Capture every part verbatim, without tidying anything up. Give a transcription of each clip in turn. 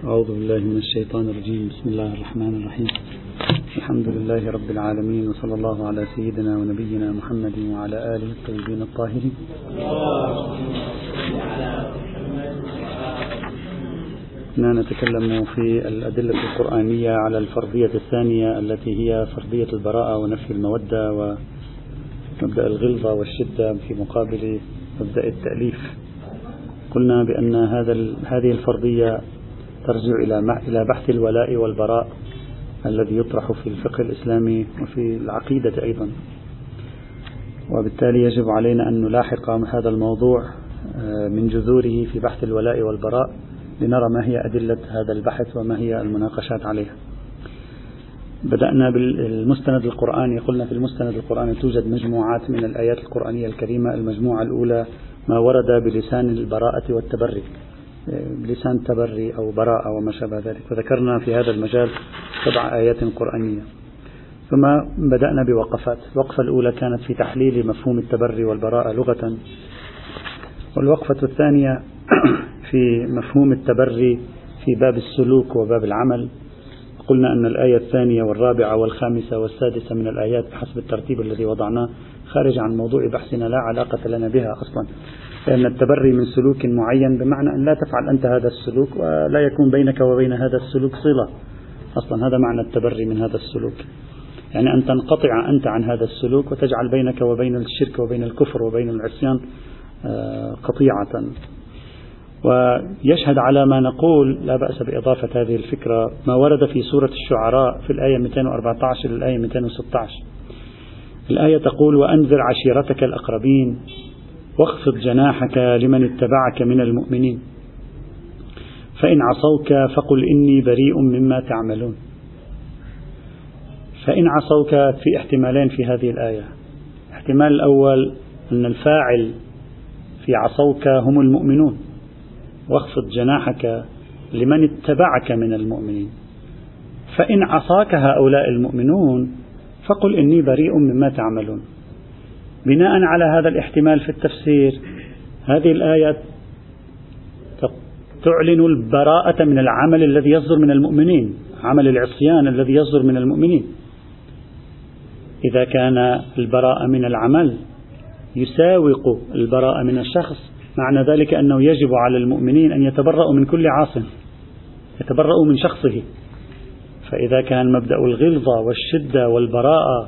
أعوذ بالله من الشيطان الرجيم. بسم الله الرحمن الرحيم. الحمد لله رب العالمين، وصلى الله على سيدنا ونبينا محمد وعلى آله الطيبين الطاهرين. كنا نتكلم في الأدلة القرآنية على الفرضية الثانية التي هي فرضية البراءة ونفي المودة ومبدأ الغلظة والشدة في مقابل مبدأ التأليف. قلنا بأن هذا هذه الفرضية ترجع إلى إلى بحث الولاء والبراء الذي يطرح في الفقه الإسلامي وفي العقيدة أيضا، وبالتالي يجب علينا أن نلاحق هذا الموضوع من جذوره في بحث الولاء والبراء لنرى ما هي أدلة هذا البحث وما هي المناقشات عليها. بدأنا بالمستند القرآني. قلنا في المستند القرآني توجد مجموعات من الآيات القرآنية الكريمة. المجموعة الأولى ما ورد بلسان البراءة والتبري، بلسان تبري أو براءة وما شابه ذلك، فذكرنا في هذا المجال سبع آيات قرآنية. ثم بدأنا بوقفات. الوقفة الأولى كانت في تحليل مفهوم التبري والبراءة لغة، والوقفة الثانية في مفهوم التبري في باب السلوك وباب العمل. قلنا أن الآية الثانية والرابعة والخامسة والسادسة من الآيات بحسب الترتيب الذي وضعناه خارج عن موضوع بحثنا، لا علاقة لنا بها أصلا، لأن التبري من سلوك معين بمعنى أن لا تفعل أنت هذا السلوك ولا يكون بينك وبين هذا السلوك صلة أصلا. هذا معنى التبري من هذا السلوك، يعني أن تنقطع أنت عن هذا السلوك وتجعل بينك وبين الشرك وبين الكفر وبين العصيان قطيعة. ويشهد على ما نقول لا بأس بإضافة هذه الفكرة ما ورد في سورة الشعراء في الآية مئتين وأربعة عشر للآية مئتين وستة عشر. الآية تقول: وأنذر عشيرتك الأقربين واخفض جناحك لمن اتبعك من المؤمنين فإن عصوك فقل إني بريء مما تعملون. فإن عصوك في احتمالين في هذه الآية. الاحتمال الأول أن الفاعل في عصوك هم المؤمنون، واخفض جناحك لمن اتبعك من المؤمنين، فإن عصاك هؤلاء المؤمنون فقل إني بريء مما تعملون. بناء على هذا الاحتمال في التفسير هذه الآية تعلن البراءة من العمل الذي يصدر من المؤمنين، عمل العصيان الذي يصدر من المؤمنين. إذا كان البراءة من العمل يساوق البراءة من الشخص، معنى ذلك أنه يجب على المؤمنين أن يتبرأوا من كل عاص، يتبرأوا من شخصه. فإذا كان مبدأ الغلظة والشدة والبراءة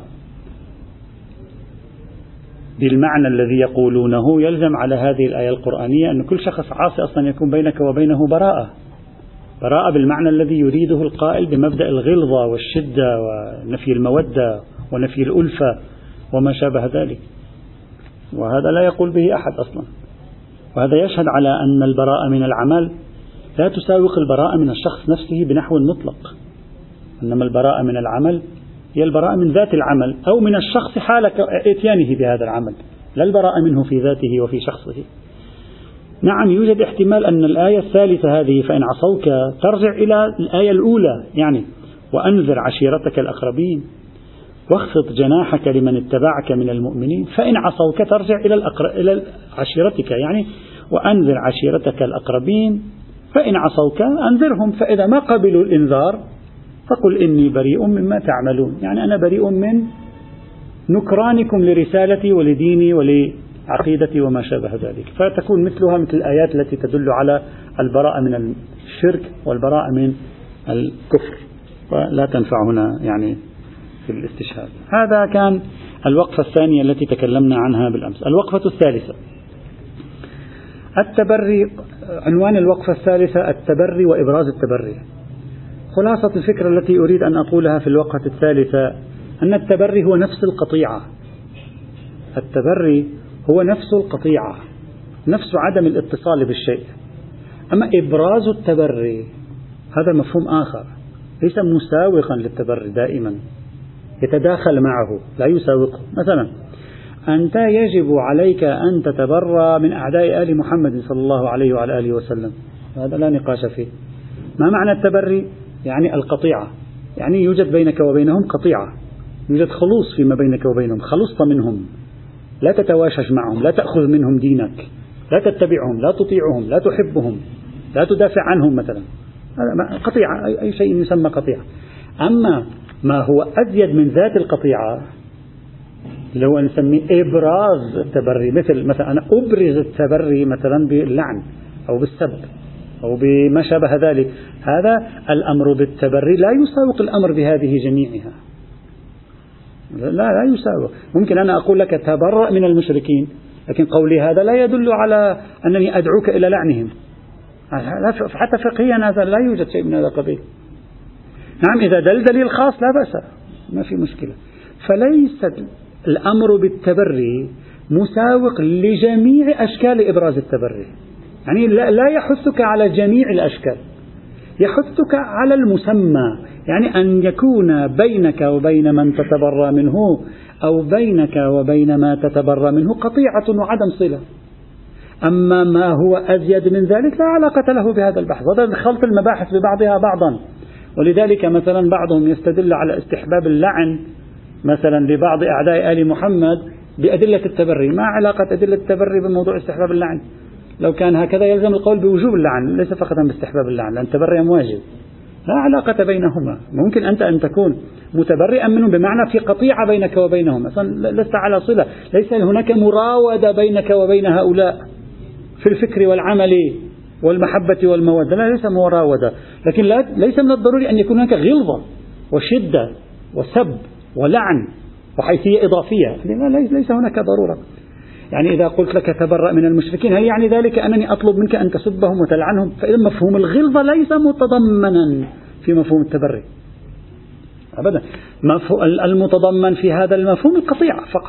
بالمعنى الذي يقولونه، يلزم على هذه الآية القرآنية أن كل شخص عاصي أصلا يكون بينك وبينه براءة، براءة بالمعنى الذي يريده القائل بمبدأ الغلظة والشدة ونفي المودة ونفي الألفة وما شابه ذلك. وهذا لا يقول به أحد أصلا. وهذا يشهد على أن البراءة من العمل لا تساوق البراءة من الشخص نفسه بنحو مطلق، إنما البراءة من العمل هي البراءة من ذات العمل أو من الشخص حال إتيانه بهذا العمل، لا البراءة منه في ذاته وفي شخصه. نعم، يوجد احتمال أن الآية الثالثة هذه فإن عصوك ترجع إلى الآية الأولى، يعني وأنذر عشيرتك الأقربين واخفض جناحك لمن اتبعك من المؤمنين، فإن عصوك ترجع إلى الأقر... إلى عشيرتك، يعني وأنذر عشيرتك الأقربين فإن عصوك أنذرهم، فإذا ما قبلوا الإنذار فقل إني بريء مما تعملون، يعني أنا بريء من نكرانكم لرسالتي ولديني ولعقيدتي وما شابه ذلك. فتكون مثلها مثل الآيات التي تدل على البراءة من الشرك والبراءة من الكفر، ولا تنفع هنا يعني في الاستشهاد. هذا كان الوقفة الثانية التي تكلمنا عنها بالأمس. الوقفة الثالثة التبري. عنوان الوقفة الثالثة التبري وإبراز التبري. خلاصة الفكرة التي أريد أن أقولها في الوقفة الثالثة أن التبري هو نفس القطيعة. التبري هو نفس القطيعة، نفس عدم الاتصال بالشيء. أما إبراز التبري هذا مفهوم آخر، ليس مساوقا للتبري دائما، يتداخل معه لا يساوقه. مثلا أنت يجب عليك أن تتبرى من أعداء آل محمد صلى الله عليه وعلى آله وسلم، هذا لا نقاش فيه. ما معنى التبري؟ يعني القطيعة، يعني يوجد بينك وبينهم قطيعة، يوجد خلوص فيما بينك وبينهم، خلصت منهم، لا تتواشش معهم، لا تأخذ منهم دينك، لا تتبعهم، لا تطيعهم، لا تحبهم، لا تدافع عنهم مثلا. قطيعة، أي شيء يسمى قطيعة. أما ما هو أزيد من ذات القطيعة اللي هو نسميه إبراز التبري، مثل مثلا أنا أبرز التبري مثلا باللعن أو بالسب أو بما شابه ذلك، هذا الأمر بالتبري لا يساوق الأمر بهذه جميعها، لا لا يساوق. ممكن أنا أقول لك تبرأ من المشركين، لكن قولي هذا لا يدل على أنني أدعوك إلى لعنهم، حتى فقهيا هذا لا يوجد شيء من هذا القبيل. نعم إذا دل دليل خاص لا بأس، ما في مشكلة. فليس الأمر بالتبري مساوق لجميع أشكال إبراز التبري، يعني لا يحثك على جميع الأشكال، يحثك على المسمى، يعني أن يكون بينك وبين من تتبرى منه أو بينك وبين ما تتبرى منه قطيعة وعدم صلة. أما ما هو أزيد من ذلك لا علاقة له بهذا البحث، هذا خلط المباحث ببعضها بعضا. ولذلك مثلا بعضهم يستدل على استحباب اللعن مثلا لبعض أعداء آل محمد بأدلة التبري. ما علاقة أدلة التبري بموضوع استحباب اللعن؟ لو كان هكذا يلزم القول بوجوب اللعن ليس فقط باستحباب اللعن، لأن التبري واجب، لا علاقة بينهما. ممكن أنت أن تكون متبرئا منهم بمعنى في قطيعة بينك وبينهم، مثلا لست على صلة، ليس هناك مراودة بينك وبين هؤلاء في الفكر والعمل والمحبة والمودة، لا ليس مراودة، لكن لا ليس من الضروري أن يكون هناك غلظة وشدة وسب ولعن وحيثية إضافية، ليس هناك ضرورة. يعني إذا قلت لك تبرأ من المشركين هل يعني ذلك أنني أطلب منك أن تسبهم وتلعنهم؟ فإذا مفهوم الغلظة ليس متضمنا في مفهوم التبري أبدا. المتضمن في هذا المفهوم القطيعة فقط،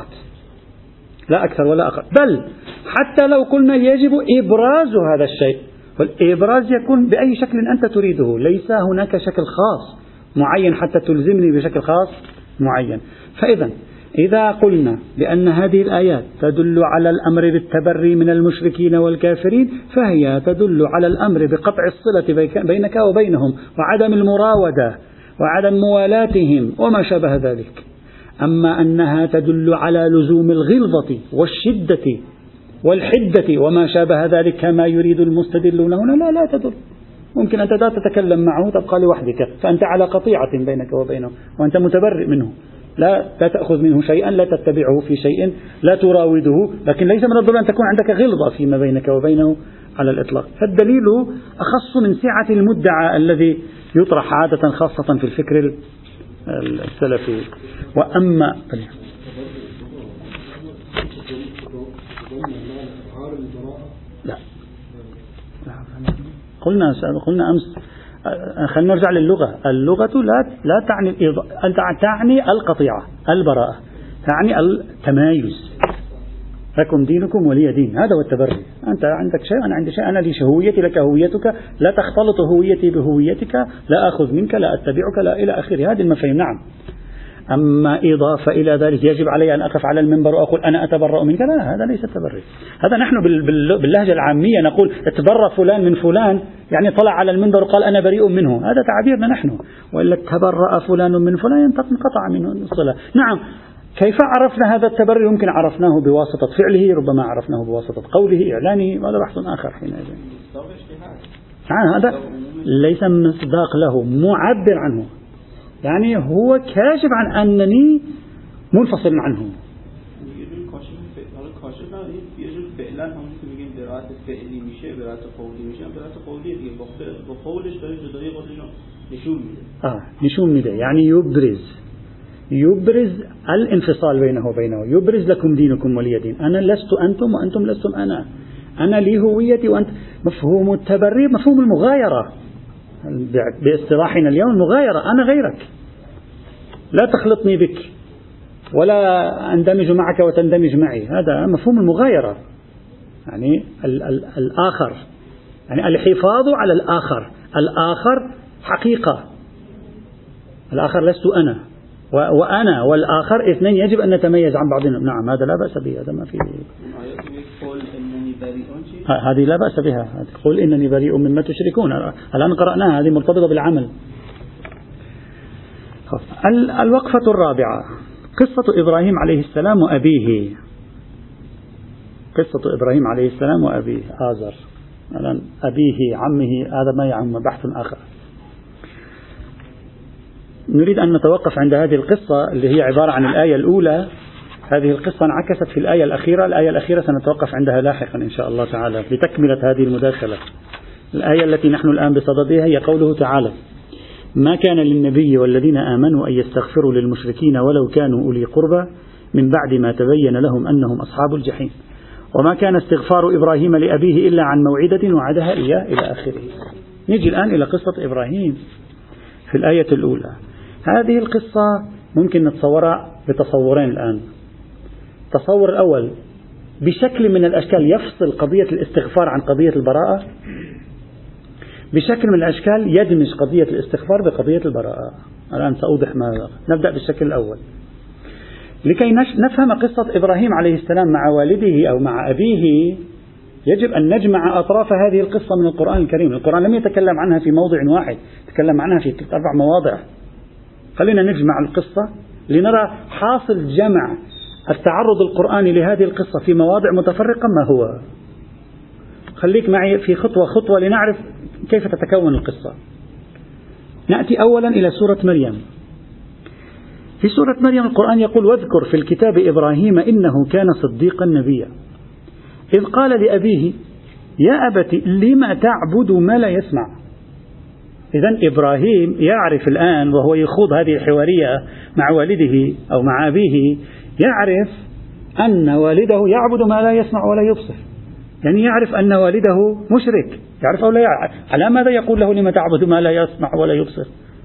لا أكثر ولا أقل. بل حتى لو قلنا يجب إبراز هذا الشيء، والإبراز يكون بأي شكل أنت تريده، ليس هناك شكل خاص معين حتى تلزمني بشكل خاص معين. فإذا إذا قلنا بأن هذه الآيات تدل على الأمر بالتبري من المشركين والكافرين، فهي تدل على الأمر بقطع الصلة بينك وبينهم وعدم المراودة وعدم موالاتهم وما شابه ذلك. أما أنها تدل على لزوم الغلظة والشدة والحدة وما شابه ذلك كما يريد المستدلون هنا، لا لا تدل. ممكن أنت لا تتكلم معه تبقى لوحدك، فأنت على قطيعة بينك وبينه وأنت متبرئ منه، لا لا تأخذ منه شيئا، لا تتبعه في شيء، لا تراوده، لكن ليس من الضروري أن تكون عندك غلظة فيما بينك وبينه على الإطلاق. فالدليل أخص من سعة المدعى الذي يطرح عادة خاصة في الفكر السلفي. وأما لا قلنا قلنا أمس، خلينا نرجع للغة. اللغة لا لا تعني أنت تعني القطيعة، البراءة، تعني التمايز، لكم دينكم ولي دين، هذا هو التبري. أنت عندك شيء أنا عندي شيء، أنا لي هويتي لك هويتك، لا تختلط هويتي بهويتك، لا أخذ منك، لا أتبعك، لا إلى آخره، هذه المفاهيم. نعم. أما إضافة إلى ذلك يجب علي أن أقف على المنبر وأقول أنا أتبرأ منك، لا، هذا ليس تبرئ. هذا نحن باللهجة العامية نقول اتبرأ فلان من فلان، يعني طلع على المنبر وقال أنا بريء منه، هذا تعبيرنا نحن. وإلا تبرأ فلان من فلان انقطع منه الصلة. نعم. كيف عرفنا هذا التبرئ؟ يمكن عرفناه بواسطة فعله، ربما عرفناه بواسطة قوله، إعلانه، هذا بحث آخر حينئذ. هذا ليس مصداق له، معبر عنه، يعني هو كاشف عن أنني منفصل عنه. آه نشون ميده، يعني يبرز يبرز الانفصال بينه وبينه، يبرز لكم دينكم ولي دين، أنا لست أنتم وأنتم لستم أنا، أنا لي هويتي وأنت. مفهوم التبري مفهوم المغايرة باصطلاحنا اليوم، المغايرة، أنا غيرك، لا تخلطني بك ولا أندمج معك وتندمج معي، هذا مفهوم المغايرة، يعني ال ال الآخر، يعني الحفاظ على الآخر. الآخر حقيقة، الآخر لست أنا، وأنا والآخر اثنين يجب أن نتميز عن بعضنا. نعم هذا لا بأس به، هذا ما فيه. هذه لا بأس بها، قل إنني بريء مما تشركون، الآن قرأناها، هذه مرتبطة بالعمل. الوقفة الرابعة قصة إبراهيم عليه السلام وأبيه. قصة إبراهيم عليه السلام وأبيه آزر، الآن أبيه عمه هذا ما يعم بحث آخر. نريد أن نتوقف عند هذه القصة اللي هي عبارة عن الآية الأولى. هذه القصة انعكست في الآية الأخيرة. الآية الأخيرة سنتوقف عندها لاحقا إن شاء الله تعالى لتكملة هذه المداخلة. الآية التي نحن الآن بصددها هي قوله تعالى: ما كان للنبي والذين آمنوا أن يستغفروا للمشركين ولو كانوا أولي قربى من بعد ما تبين لهم أنهم أصحاب الجحيم وما كان استغفار إبراهيم لأبيه إلا عن موعدة وعدها إياه إلى آخره. نجي الآن إلى قصة إبراهيم في الآية الأولى. هذه القصة ممكن نتصورها بتصورين الآن. التصور الأول بشكل من الأشكال يفصل قضية الاستغفار عن قضية البراءة، بشكل من الأشكال يدمج قضية الاستغفار بقضية البراءة. الآن سأوضح ماذا. نبدأ بالشكل الأول. لكي نفهم قصة إبراهيم عليه السلام مع والده أو مع أبيه يجب أن نجمع أطراف هذه القصة من القرآن الكريم. القرآن لم يتكلم عنها في موضع واحد، تكلم عنها في أربع مواضع. خلينا نجمع القصة لنرى حاصل جمع التعرض القرآني لهذه القصة في مواضع متفرقة ما هو. خليك معي في خطوة خطوة لنعرف كيف تتكون القصة. نأتي أولا إلى سورة مريم. في سورة مريم القرآن يقول: واذكر في الكتاب إبراهيم إنه كان صديقا نبيا إذ قال لأبيه يا أبت لم تعبد ما لا يسمع. إذن إبراهيم يعرف الآن وهو يخوض هذه الحوارية مع والده أو مع أبيه، يعرف أن والده يعبد ما لا يسمع ولا يبصر، يعني يعرف أن والده مشرك. يعرف أو لا يعرف؟ على ماذا يقول له لم تعبد ما لا يسمع ولا يبصر؟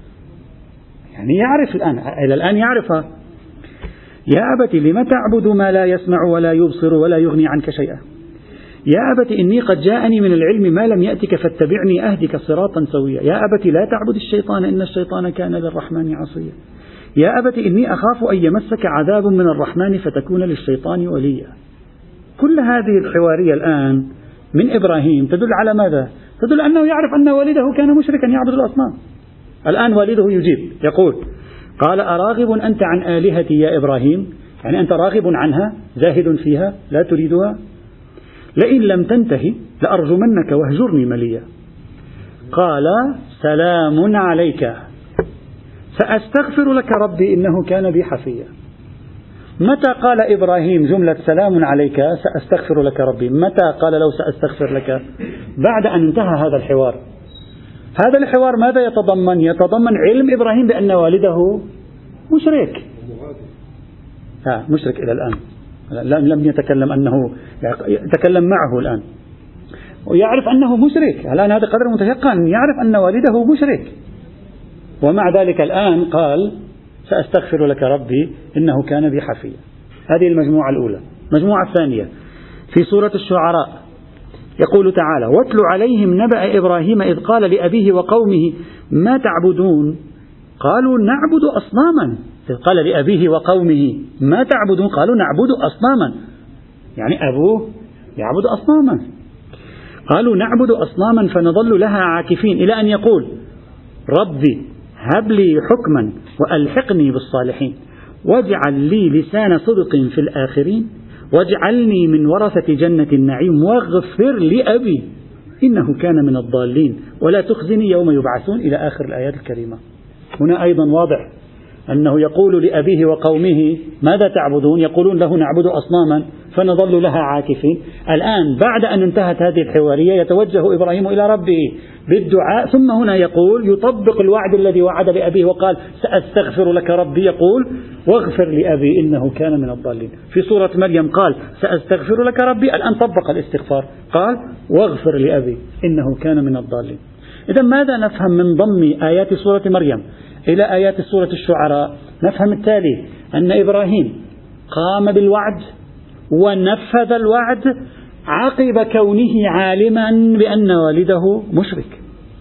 يعني يعرف الآن، إلى الآن يعرفها. يا أبت لم تعبد ما لا يسمع ولا يبصر ولا يغني عنك شيئا يا أبت إني قد جاءني من العلم ما لم يأتك فاتبعني أهدك صراطا سويا يا أبت لا تعبد الشيطان إن الشيطان كان للرحمن عصيا يا أبت إني أخاف أن يمسك عذاب من الرحمن فتكون للشيطان وليا. كل هذه الحوارية الآن من إبراهيم تدل على ماذا؟ تدل أنه يعرف أن والده كان مشركا يعبد الأصنام. الآن والده يجيب يقول: قال أراغب أنت عن آلهتي يا إبراهيم؟ يعني أنت راغب عنها زاهد فيها لا تريدها؟ لئن لم تنتهي لأرجمنك واهجرني مليا. قال سلام عليك سأستغفر لك ربي إنه كان بي حفيا. متى قال إبراهيم جملة سلام عليك سأستغفر لك ربي؟ متى قال له سأستغفر لك؟ بعد أن انتهى هذا الحوار. هذا الحوار ماذا يتضمن؟ يتضمن علم إبراهيم بأن والده مشرك. ها مشرك إلى الآن، لم يتكلم أنه يتكلم معه الآن، ويعرف أنه مشرك. الآن هذا قدر متيقن، يعرف أن والده مشرك، ومع ذلك الآن قال سأستغفر لك ربي إنه كان بي حفيا. هذه المجموعة الأولى. المجموعة الثانية في سورة الشعراء يقول تعالى: واتل عليهم نبأ إبراهيم إذ قال لأبيه وقومه ما تعبدون قالوا نعبد أصناما. إذ قال لأبيه وقومه ما تعبدون قالوا نعبد أصناما، يعني أبوه يعبد أصناما. قالوا نعبد أصناما فنظل لها عاكفين إلى أن يقول: ربي هب لي حكما وألحقني بالصالحين واجعل لي لسان صدق في الآخرين واجعلني من ورثة جنة النعيم واغفر لأبي إنه كان من الضالين ولا تخزني يوم يبعثون إلى آخر الآيات الكريمة. هنا أيضا واضح أنه يقول لأبيه وقومه ماذا تعبدون؟ يقولون له نعبد أصناما فنظل لها عاكفين. الآن بعد أن انتهت هذه الحوارية يتوجه إبراهيم إلى ربه بالدعاء، ثم هنا يقول يطبق الوعد الذي وعد بأبيه وقال سأستغفر لك ربي، يقول واغفر لأبي إنه كان من الضالين. في سورة مريم قال سأستغفر لك ربي، الآن طبق الاستغفار قال واغفر لأبي إنه كان من الضالين. إذا ماذا نفهم من ضم آيات سورة مريم إلى آيات سورة الشعراء؟ نفهم التالي: أن إبراهيم قام بالوعد ونفذ الوعد عقب كونه عالما بأن والده مشرك.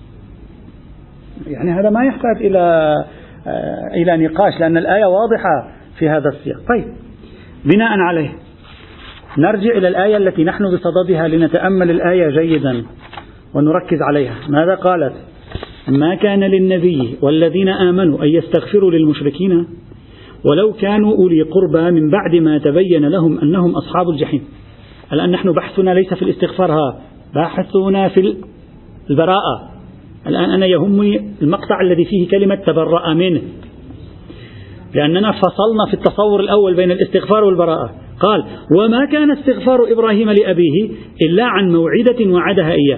يعني هذا ما يحتاج إلى إلى نقاش لأن الآية واضحة في هذا السياق. طيب، بناء عليه نرجع إلى الآية التي نحن بصددها لنتأمل الآية جيدا ونركز عليها. ماذا قالت؟ ما كان للنبي والذين آمنوا أن يستغفروا للمشركين ولو كانوا أولي قربى من بعد ما تبين لهم أنهم أصحاب الجحيم. الآن نحن بحثنا ليس في الاستغفار، ها بحثنا في البراءة. الآن أنا يهمني المقطع الذي فيه كلمة تبرأ منه، لأننا فصلنا في التصور الأول بين الاستغفار والبراءة. قال: وما كان استغفار إبراهيم لأبيه إلا عن موعدة وعدها إياه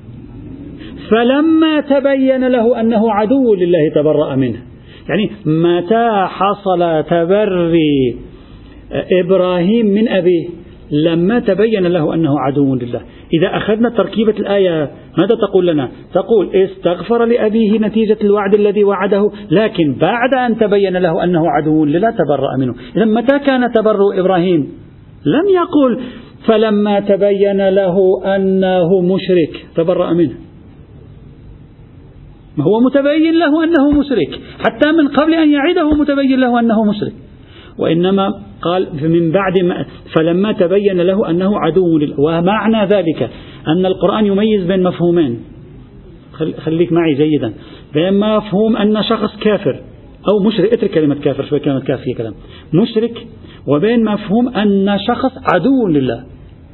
فلما تبين له أنه عدو لله تبرأ منه. يعني متى حصل تبري إبراهيم من أبيه؟ لما تبين له أنه عدو لله. إذا أخذنا تركيبة الآية ماذا تقول لنا؟ تقول استغفر لأبيه نتيجة الوعد الذي وعده، لكن بعد أن تبين له أنه عدو لله تبرأ منه. إذا متى كان تبرؤ إبراهيم؟ لم يقل فلما تبين له أنه مشرك تبرأ منه، ما هو متبين له أنه مشرك حتى من قبل أن يعده متبين له أنه مشرك، وإنما قال من بعد ما فلما تبين له أنه عدو لله. ومعنى ذلك أن القرآن يميز بين مفهومين، خليك معي جيدا، بين مفهوم أن شخص كافر أو مشرك، اترك كلمة كافر شوي، كلمة كافر هي كلام مشرك، وبين مفهوم أن شخص عدو لله.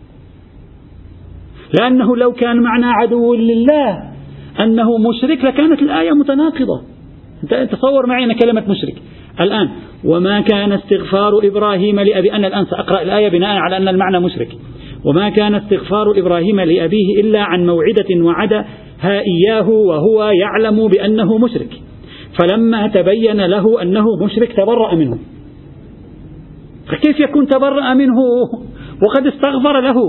لأنه لو كان معنى عدو لله أنه مشرك لكانت الآية متناقضة. أنت تصور معي أن كلمة مشرك الآن وما كان استغفار إبراهيم لأبيه، أنا الآن سأقرأ الآية بناء على أن المعنى مشرك. وما كان استغفار إبراهيم لأبيه إلا عن موعدة وعدها إياه وهو يعلم بأنه مشرك فلما تبين له أنه مشرك تبرأ منه. فكيف يكون تبرأ منه وقد استغفر له؟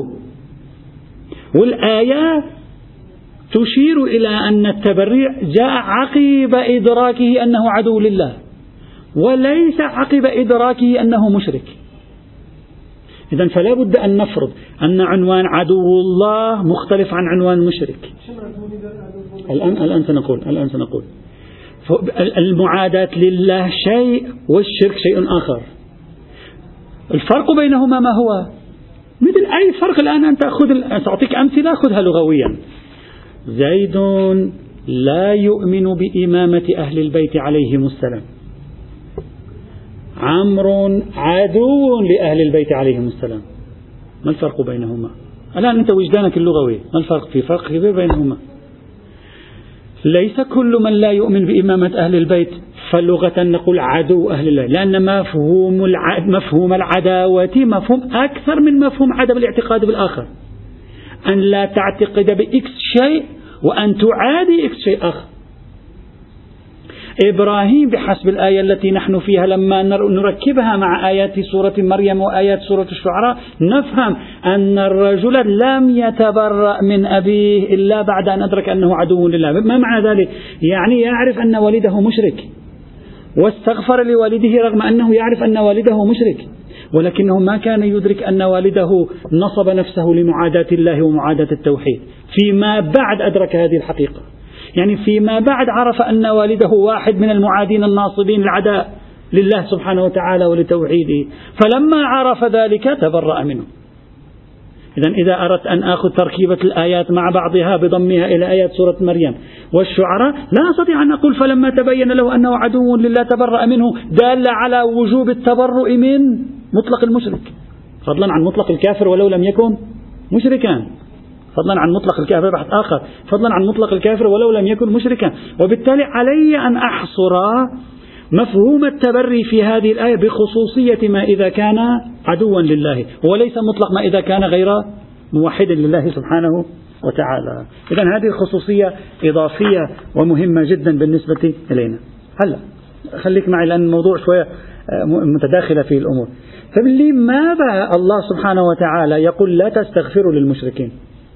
والآية تشير إلى أن التبريع جاء عقب إدراكه أنه عدو لله وليس عقب إدراكه أنه مشرك. إذن فلا بد أن نفرض أن عنوان عدو الله مختلف عن عنوان مشرك. الآن الآن سنقول الآن سنقول المعاداة لله شيء والشرك شيء آخر. الفرق بينهما ما هو؟ مثل أي فرق الآن أنت أخذ، سأعطيك أمثلة خذها لغويا. زيد لا يؤمن بإمامة أهل البيت عليهم السلام، عمرو عدو لأهل البيت عليهم السلام. ما الفرق بينهما؟ الآن أنت وجدانك اللغوي، ما الفرق؟ في فرق كبير بينهما. ليس كل من لا يؤمن بإمامة أهل البيت فلغة نقول عدو أهل الله، لأن مفهوم الع... مفهوم العداوة مفهوم أكثر من مفهوم عدم الاعتقاد بالآخر. أن لا تعتقد بإكس شيء وأن تعادي إكس شيء آخر. إبراهيم بحسب الآية التي نحن فيها لما نركبها مع آيات سورة مريم وآيات سورة الشعراء نفهم أن الرجل لم يتبرأ من أبيه إلا بعد أن أدرك أنه عدو لله. ما معنى ذلك؟ يعني يعرف أن والده مشرك واستغفر لوالده رغم أنه يعرف أن والده مشرك، ولكنه ما كان يدرك أن والده نصب نفسه لمعاداة الله ومعاداة التوحيد. فيما بعد أدرك هذه الحقيقة، يعني فيما بعد عرف أن والده واحد من المعادين الناصبين العداء لله سبحانه وتعالى ولتوحيده، فلما عرف ذلك تبرأ منه. إذن إذا أردت أن أخذ تركيبة الآيات مع بعضها بضمها إلى آيات سورة مريم والشعراء لا أستطيع أن أقول فلما تبين له أنه عدو لله تبرأ منه دال على وجوب التبرؤ من مطلق المشرك، فضلا عن مطلق الكافر ولو لم يكن مشركا، فضلا عن مطلق الكافر بحث آخر، فضلا عن مطلق الكافر ولو لم يكن مشركا. وبالتالي علي أن أحصر مفهوم التبري في هذه الآية بخصوصية ما إذا كان عدوا لله، وليس مطلق ما إذا كان غير موحد لله سبحانه وتعالى. إذن هذه الخصوصية إضافية ومهمة جدا بالنسبة إلينا. هلا خليك معي لأن الموضوع شوية متداخلة فيه الأمور. فلماذا الله سبحانه وتعالى يقول لا تستغفروا للمشركين؟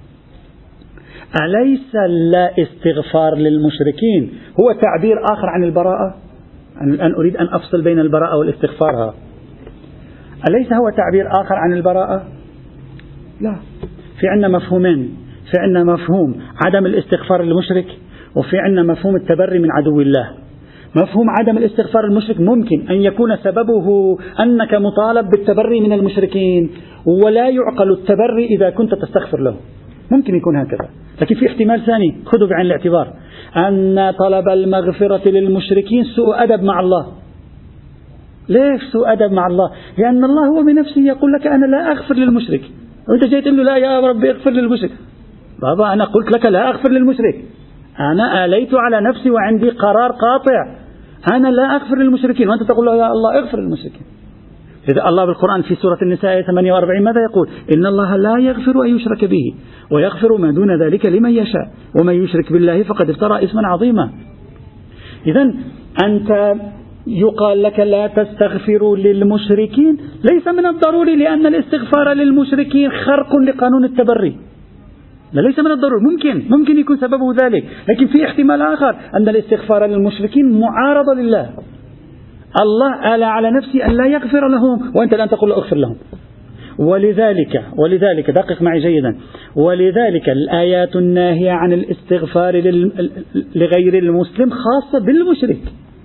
أليس لا استغفار للمشركين هو تعبير آخر عن البراءة؟ الآن أريد أن أفصل بين البراءة والاستغفار. أليس هو تعبير آخر عن البراءة؟ لا. في عندنا مفهومين، في عندنا مفهوم عدم الاستغفار للمشرك، وفي عندنا مفهوم التبري من عدو الله. مفهوم عدم الاستغفار المشرك ممكن أن يكون سببه أنك مطالب بالتبري من المشركين، ولا يعقل التبري إذا كنت تستغفر له، ممكن يكون هكذا. لكن في احتمال ثاني خذوا بعين الاعتبار، أن طلب المغفرة للمشركين سوء أدب مع الله. ليش سوء أدب مع الله؟ لأن الله هو بنفسه يقول لك أنا لا أغفر للمشرك، وأنت جاي تقول له لا يا رب اغفر للمشرك. بابا أنا قلت لك لا أغفر للمشرك، أنا آليت على نفسي وعندي قرار قاطع أنا لا أغفر للمشركين، وأنت تقول له يا الله اغفر للمشركين. إذا الله بالقرآن في سورة النساء ثمانية وأربعين ماذا يقول؟ إن الله لا يغفر أن يشرك به ويغفر ما دون ذلك لمن يشاء ومن يشرك بالله فقد افترى إثما عظيما. إذن أنت يقال لك لا تستغفروا للمشركين، ليس من الضروري لأن الاستغفار للمشركين خرق لقانون التبري، ليس من الضروري، ممكن ممكن يكون سببه ذلك، لكن في احتمال آخر أن الاستغفار للمشركين معارضة لله. الله آل على نفسه أن لا يغفر لهم وأنت الآن تقول له اغفر لهم. ولذلك ولذلك دقق معي جيدا، ولذلك الآيات الناهية عن الاستغفار لغير المسلم خاصة بالمشرك،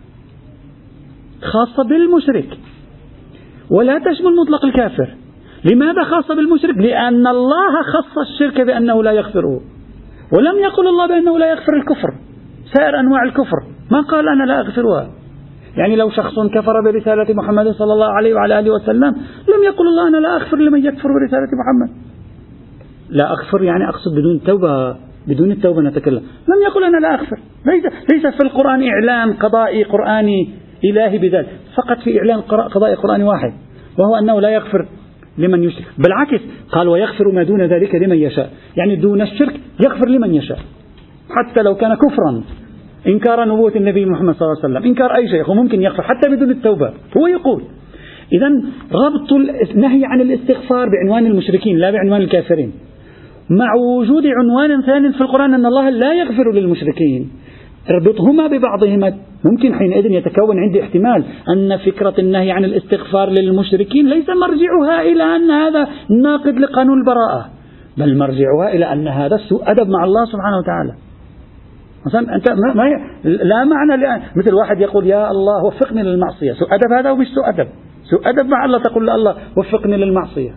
خاصة بالمشرك ولا تشمل مطلق الكافر. لماذا خاصة بالمشرك؟ لأن الله خص الشرك بأنه لا يغفره، ولم يقل الله بأنه لا يغفر الكفر، سائر أنواع الكفر ما قال أنا لا أغفرها. يعني لو شخص كفر برسالة محمد صلى الله عليه وعلى آله وسلم لم يقل الله أنا لا أغفر لمن يكفر برسالة محمد. لا أغفر يعني أقصد بدون توبة، بدون التوبة نتكلم. لم يقل أنا لا أغفر، ليس, ليس في القرآن إعلان قضائي قرآني إلهي بذلك، فقط في إعلان قضائي قرآني واحد وهو أنه لا يغفر لمن يشرك. بالعكس قال ويغفر ما دون ذلك لمن يشاء، يعني دون الشرك يغفر لمن يشاء حتى لو كان كفرا، إنكار نبوة النبي محمد صلى الله عليه وسلم، إنكار أي شيء، وممكن يغفر حتى بدون التوبة. هو يقول إذن ربط النهي عن الاستغفار بعنوان المشركين لا بعنوان الكافرين، مع وجود عنوان ثاني في القرآن أن الله لا يغفر للمشركين، اربطهما ببعضهما. ممكن حينئذ يتكون عندي احتمال أن فكرة النهي عن الاستغفار للمشركين ليس مرجعها إلى أن هذا ناقض لقانون البراءة، بل مرجعها إلى أن هذا سوء أدب مع الله سبحانه وتعالى. مثلا أنت ما ما لا معنى لأن مثل واحد يقول يا الله وفقني للمعصية، سوء أدب هذا ومش سوء أدب، سوء أدب مع الله تقول الله وفقني للمعصية.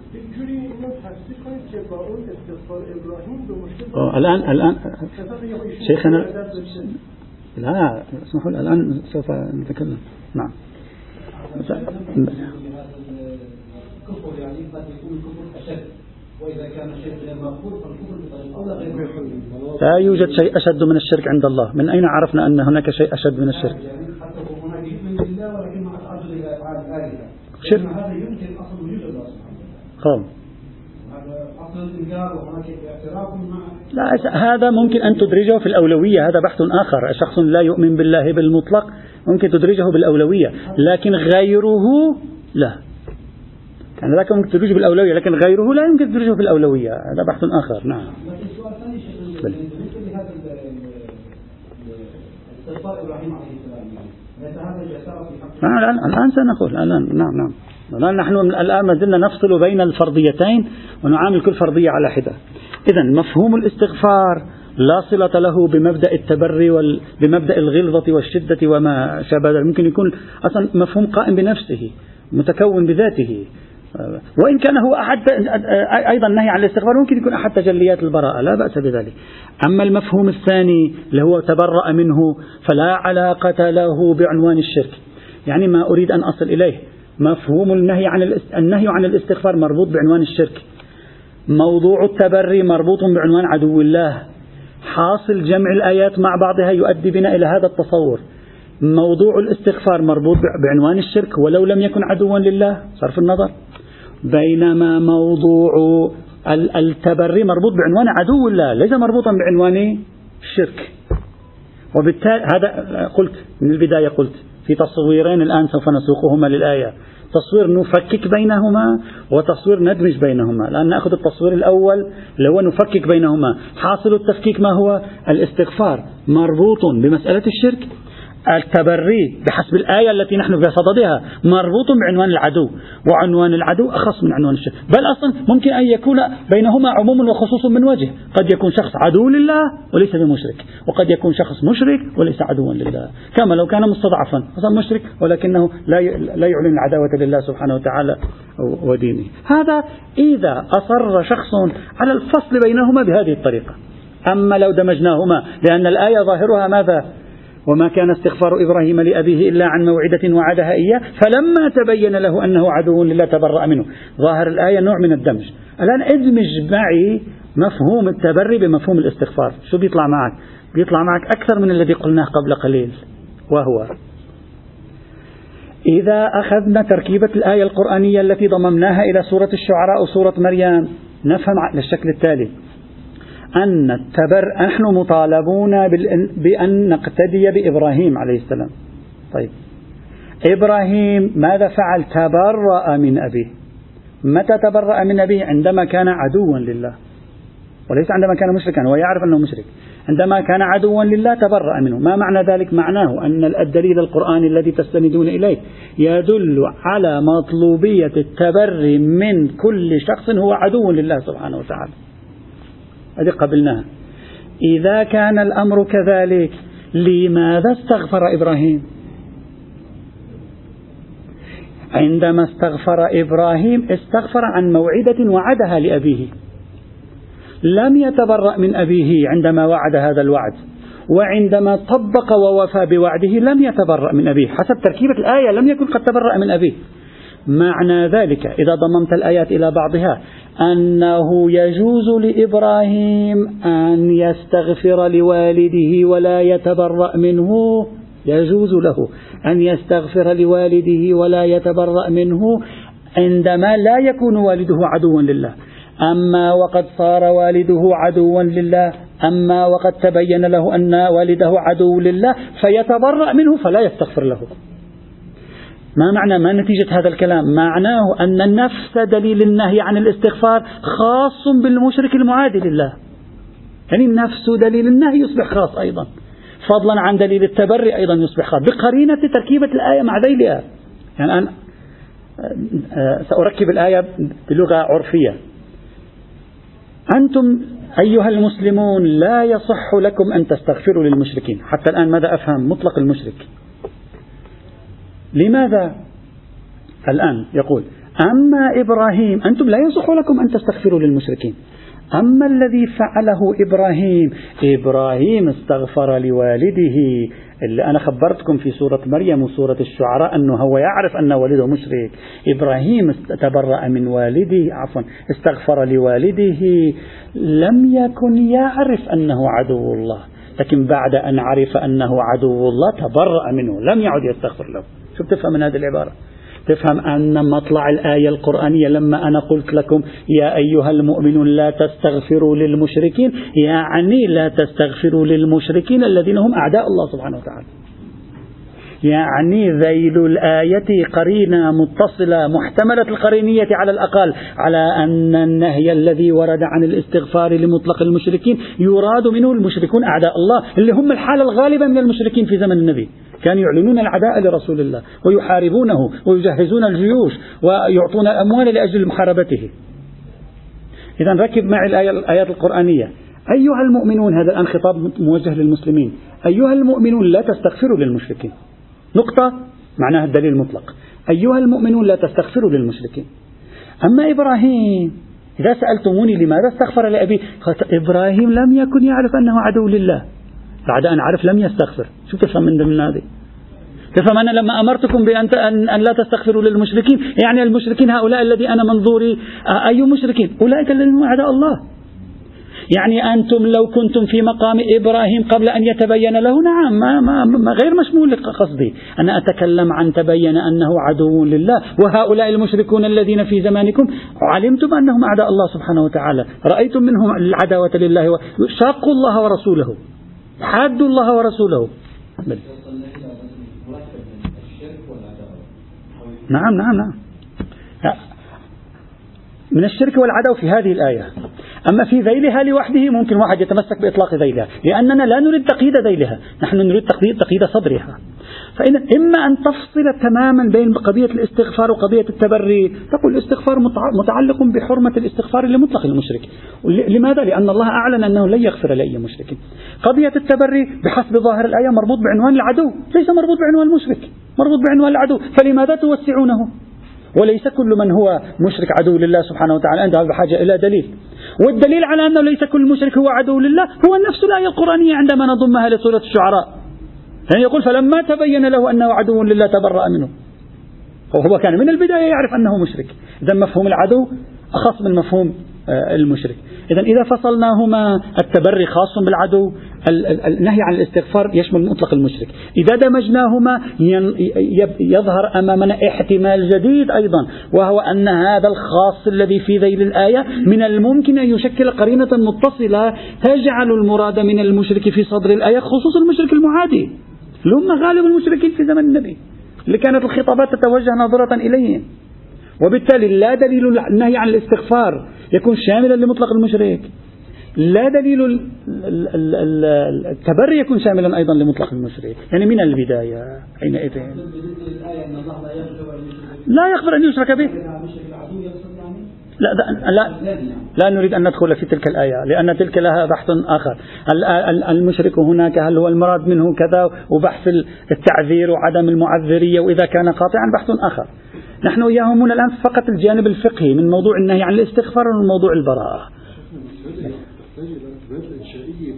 الآن الآن شيخنا لا اسمحوا لي الآن سوف نتكلم. نعم. وإذا كان الشرك غير مغفور فالكفر بطريقة أولى غير مغفور. لا يوجد شيء أشد من الشرك عند الله. من أين عرفنا أن هناك شيء أشد من الشرك؟ حتى هناك يؤمن بالله ولكن مع العجز إلى أفعال الآلهة. شرك هذا يمكن أصل وجود الله سبحانه وتعالى. هذا أصل الإنكار وهناك اعتراف مع. لا هذا ممكن أن تدرجه في الأولوية، هذا بحث آخر. شخص لا يؤمن بالله بالمطلق ممكن تدرجه بالأولوية، لكن غيره لا. يعني ذاك ممكن تدرجه بالأولوية لكن غيره لا يمكن تدرجه بالأولوية، هذا بحث آخر. نعم. لكن سؤال ثاني شيخ بالنسبة لهذا الاستغفار إبراهيم عليه السلام، ليس هذا جسارة في حق؟ نعم الآن الآن سنقول الآن نعم نعم الآن نحن الآن ما زلنا نفصل بين الفرضيتين ونعامل كل فرضية على حدة. إذن مفهوم الاستغفار لا صلة له بمبدأ التبري وال بمبدأ الغلظة والشدة وما شابه ذلك. ممكن يكون أصلا مفهوم قائم بنفسه متكون بذاته، وإن كان هو أحد أيضا نهي عن الاستغفار ممكن يكون أحد تجليات البراءة، لا بأس بذلك. أما المفهوم الثاني اللي هو تبرأ منه فلا علاقة له بعنوان الشرك، يعني ما أريد أن أصل إليه مفهوم النهي عن النهي عن الاستغفار مربوط بعنوان الشرك، موضوع التبري مربوط بعنوان عدو الله، حاصل جمع الآيات مع بعضها يؤدي بنا إلى هذا التصور. موضوع الاستغفار مربوط بعنوان الشرك ولو لم يكن عدوا لله صرف النظر، بينما موضوع التبري مربوط بعنوان عدو الله ليس مربوطا بعنوان الشرك. وبالتالي هذا قلت من البداية، قلت في تصويرين الآن سوف نسوقهما للآية، تصوير نفكك بينهما وتصوير ندمج بينهما. الآن نأخذ التصوير الأول اللي هو نفكك بينهما. حاصل التفكيك ما هو؟ الاستغفار مربوط بمسألة الشرك، التبري بحسب الآية التي نحن في صددها مربوط بعنوان العدو، وعنوان العدو أخص من عنوان الشرك، بل أصلا ممكن أن يكون بينهما عموم وخصوص من وجه. قد يكون شخص عدو لله وليس بمشرك، وقد يكون شخص مشرك وليس عدوا لله، كما لو كان مستضعفا أصلا مشرك ولكنه لا لا يعلن العداوة لله سبحانه وتعالى ودينه. هذا إذا أصر شخص على الفصل بينهما بهذه الطريقة. أما لو دمجناهما، لأن الآية ظاهرها ماذا؟ وما كان استغفار إبراهيم لأبيه إلا عن موعدة وعدها إياه فلما تبين له أنه عدو لله تبرأ منه. ظاهر الآية نوع من الدمج. الآن ادمج معي مفهوم التبري بمفهوم الاستغفار، شو بيطلع معك؟ بيطلع معك أكثر من الذي قلناه قبل قليل، وهو إذا أخذنا تركيبة الآية القرآنية التي ضممناها إلى سورة الشعراء وسورة مريم نفهم على الشكل التالي: أن التبر نحن مطالبون بأن نقتدي بإبراهيم عليه السلام. طيب، إبراهيم ماذا فعل؟ تبرأ من أبيه. متى تبرأ من أبيه؟ عندما كان عدوا لله، وليس عندما كان مشركا، هو يعرف أنه مشرك. عندما كان عدوا لله تبرأ منه. ما معنى ذلك؟ معناه أن الدليل القرآني الذي تستندون إليه يدل على مطلوبية التبري من كل شخص هو عدو لله سبحانه وتعالى. هذه قبلناها. إذا كان الأمر كذلك، لماذا استغفر إبراهيم؟ عندما استغفر إبراهيم استغفر عن موعدة وعدها لأبيه، لم يتبرأ من أبيه عندما وعد هذا الوعد، وعندما طبق ووفى بوعده لم يتبرأ من أبيه. حسب تركيبة الآية لم يكن قد تبرأ من أبيه. معنى ذلك إذا ضممت الآيات إلى بعضها أنه يجوز لإبراهيم أن يستغفر لوالده ولا يتبرأ منه، يجوز له أن يستغفر لوالده ولا يتبرأ منه عندما لا يكون والده عدوا لله. أما وقد صار والده عدوا لله، أما وقد تبين له أن والده عدو لله فيتبرأ منه فلا يستغفر له. ما معنى ما نتيجة هذا الكلام؟ معناه أن نفس دليل النهي عن الاستغفار خاص بالمشرك المعادي لله، يعني نفس دليل النهي يصبح خاص أيضا، فضلا عن دليل التبري أيضا يصبح خاص بقرينة تركيبة الآية مع ذيلها. يعني أنا سأركب الآية بلغة عرفية: أنتم أيها المسلمون لا يصح لكم أن تستغفروا للمشركين. حتى الآن ماذا أفهم؟ مطلق المشرك. لماذا؟ الآن يقول: أما إبراهيم، أنتم لا يصح لكم أن تستغفروا للمشركين. أما الذي فعله إبراهيم، إبراهيم استغفر لوالده، اللي أنا خبرتكم في سورة مريم وسورة الشعراء أنه هو يعرف أن والده مشرك. إبراهيم تبرأ من والده، عفوا استغفر لوالده، لم يكن يعرف أنه عدو الله، لكن بعد أن عرف أنه عدو الله تبرأ منه، لم يعد يستغفر له. شو بتفهم من هذه العبارة؟ تفهم أن مطلع الآية القرآنية لما أنا قلت لكم يا أيها المؤمنون لا تستغفروا للمشركين، يعني لا تستغفروا للمشركين الذين هم أعداء الله سبحانه وتعالى. يعني ذيل الآية قرينة متصلة محتملة القرينية على الأقل على أن النهي الذي ورد عن الاستغفار لمطلق المشركين يراد منه المشركون أعداء الله، اللي هم الحالة الغالبة من المشركين في زمن النبي. كانوا يعلنون العداء لرسول الله ويحاربونه ويجهزون الجيوش ويعطون أموال لأجل محاربته. إذا ركب معي الآية الآيات القرآنية: أيها المؤمنون، هذا الآن خطاب موجه للمسلمين، أيها المؤمنون لا تستغفروا للمشركين، نقطة، معناها الدليل المطلق. أيها المؤمنون لا تستغفروا للمشركين. أما إبراهيم، إذا سألتموني لماذا استغفر لأبيه، إبراهيم لم يكن يعرف أنه عدو لله، بعد أن عرف لم يستغفر. شو تفهم من ضمن هذه؟ تفهم أنا لما أمرتكم بأن أن لا تستغفروا للمشركين، يعني المشركين هؤلاء الذي أنا منظوري أي مشركين؟ أولئك الذين هم أعداء الله. يعني أنتم لو كنتم في مقام إبراهيم قبل أن يتبين له، نعم، ما, ما, ما غير مشمول قصدي، أنا أتكلم عن تبين أنه عدو لله، وهؤلاء المشركون الذين في زمانكم علمتم أنهم أعداء الله سبحانه وتعالى، رأيتم منهم العداوة لله وشاقوا الله ورسوله، حادوا الله ورسوله. نعم نعم نعم من الشرك والعداوة في هذه الآية. أما في ذيلها لوحده ممكن واحد يتمسك بإطلاق ذيلها، لأننا لا نريد تقييد ذيلها، نحن نريد تقييد تقييد صدرها. فإن إما أن تفصل تماما بين قضية الاستغفار وقضية التبري، تقول الاستغفار متعلق بحرمة الاستغفار لمطلق المشرك. لماذا؟ لأن الله أعلن أنه لن يغفر لأي مشرك. قضية التبري بحسب ظاهر الآية مربوط بعنوان العدو، ليس مربوط بعنوان المشرك، مربوط بعنوان العدو، فلماذا توسعونه؟ وليس كل من هو مشرك عدو لله سبحانه وتعالى، عنده بحاجة إلى دليل، والدليل على أنه ليس كل مشرك هو عدو لله هو نفس الآية القرآنية عندما نضمها لسورة الشعراء. يعني يقول فلما تبين له أنه عدو لله تبرأ منه، وهو كان من البداية يعرف أنه مشرك. إذا مفهوم العدو أخص من مفهوم المشرك. إذا إذا فصلناهما، التبري خاص بالعدو، النهي عن الاستغفار يشمل مطلق المشرك. إذا دمجناهما يظهر أمامنا احتمال جديد أيضا، وهو أن هذا الخاص الذي في ذيل الآية من الممكن أن يشكل قرينة متصلة تجعل المراد من المشرك في صدر الآية خصوص المشرك المعادي، هم غالب المشركين في زمن النبي اللي كانت الخطابات تتوجه ناظرة إليهم. وبالتالي لا دليل النهي عن الاستغفار يكون شاملا لمطلق المشرك، لا دليل التبري يكون شاملا أيضا لمطلق المشرك. يعني من البداية حينئذ لا يغفر أن يشرك به. لا, لا, لا نريد أن ندخل في تلك الآية لأن تلك لها بحث آخر. المشرك هناك هل هو المراد منه كذا، وبحث التعذير وعدم المعذرية وإذا كان قاطعا بحث آخر. نحن يهمنا الآن فقط الجانب الفقهي من موضوع النهي عن الاستغفار ومن موضوع البراءة. الإنشائية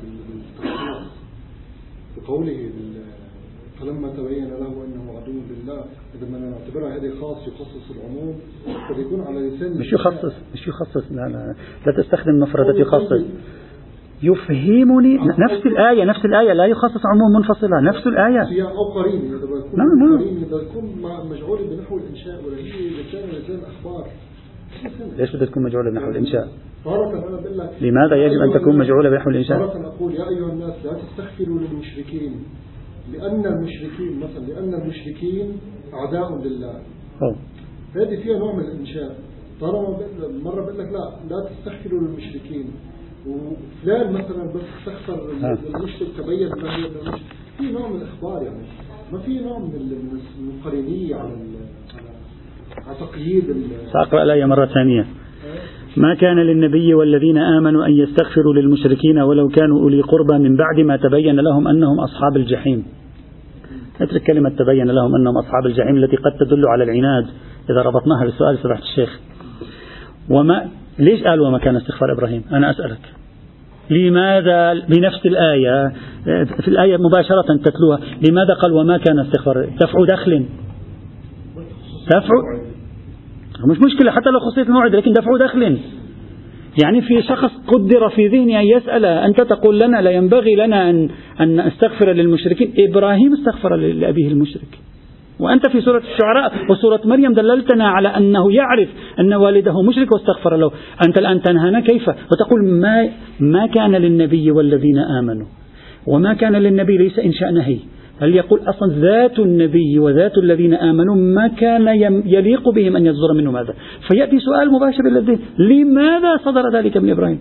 بقوله فلما تبين له أنه عدو لله، إذا ما نعتبرها هذه خاص يخصص العموم قد يكون على لسان مش يخصص مش يخصص لا لا لا تستخدم مفردة يخصص. يفهمني نفس الآية نفس الآية لا يخصص عموم منفصلة، نفس الآية سياق أو قرين إذا بيكون نعم نعم قرين إذا يكون مجعول بنحو الإنشاء ولا هي لسان لسان أخبار. ليش بدها تكون مجعولة بنحو الإنشاء؟ أنا لماذا يجب أن تكون مجعولة بنحو الإنشاء؟ تارة أقول يا أيها الناس لا تستغفروا للمشركين لأن المشركين مثلا لأن المشركين أعداء لله. أوه. هذه فيها نوع من الإنشاء. طالما مرة بقول لك لا لا تستغفروا للمشركين، وفلان مثلا بس استغفر للمشرك تبين أنه هي المشرك، في نوع من الإخبار. يعني ما في نوع من القرينية على على تقييد. سأقرأ الآية مرة ثانية. ما كان للنبي والذين آمنوا أن يستغفروا للمشركين ولو كانوا أولي قربى من بعد ما تبين لهم أنهم أصحاب الجحيم. نترك كلمة تبين لهم أنهم أصحاب الجحيم التي قد تدل على العناد إذا ربطناها بالسؤال سمحت الشيخ. وما ليش قال وما كان استغفار إبراهيم؟ أنا أسألك لماذا بنفس الآية في الآية مباشرة تتلوها لماذا قال وما كان استغفار؟ دفع دخل دفع مش مشكلة حتى لو خصيت الموعد، لكن دفع دخل. يعني في شخص قدر في ذهنه أن يسأل، أنت تقول لنا لا ينبغي لنا أن أن نستغفر للمشركين. إبراهيم استغفر لأبيه المشرك، وأنت في سورة الشعراء وسورة مريم دللتنا على أنه يعرف أن والده مشرك واستغفر له. أنت الآن تنهانا كيف وتقول ما ما كان للنبي والذين آمنوا، وما كان للنبي ليس إنشاء نهي، بل يقول أصلا ذات النبي وذات الذين آمنوا ما كان يليق بهم أن يصدر منهم هذا. فيأتي سؤال مباشر إلى الذهن، لماذا صدر ذلك من إبراهيم؟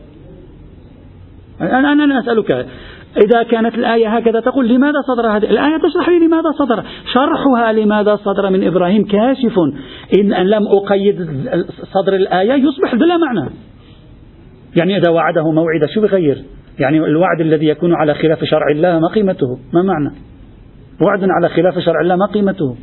أنا أنا أسألك إذا كانت الآية هكذا تقول لماذا صدر هذه الآية؟ تشرح لي لماذا صدر. شرحها لماذا صدر من إبراهيم كاشف. إن لم أقيد صدر الآية يصبح بلا معنى. يعني إذا وعده موعدا شو بغير؟ يعني الوعد الذي يكون على خلاف شرع الله ما قيمته؟ ما معنى وعد على خلاف شرع الله ما قيمته؟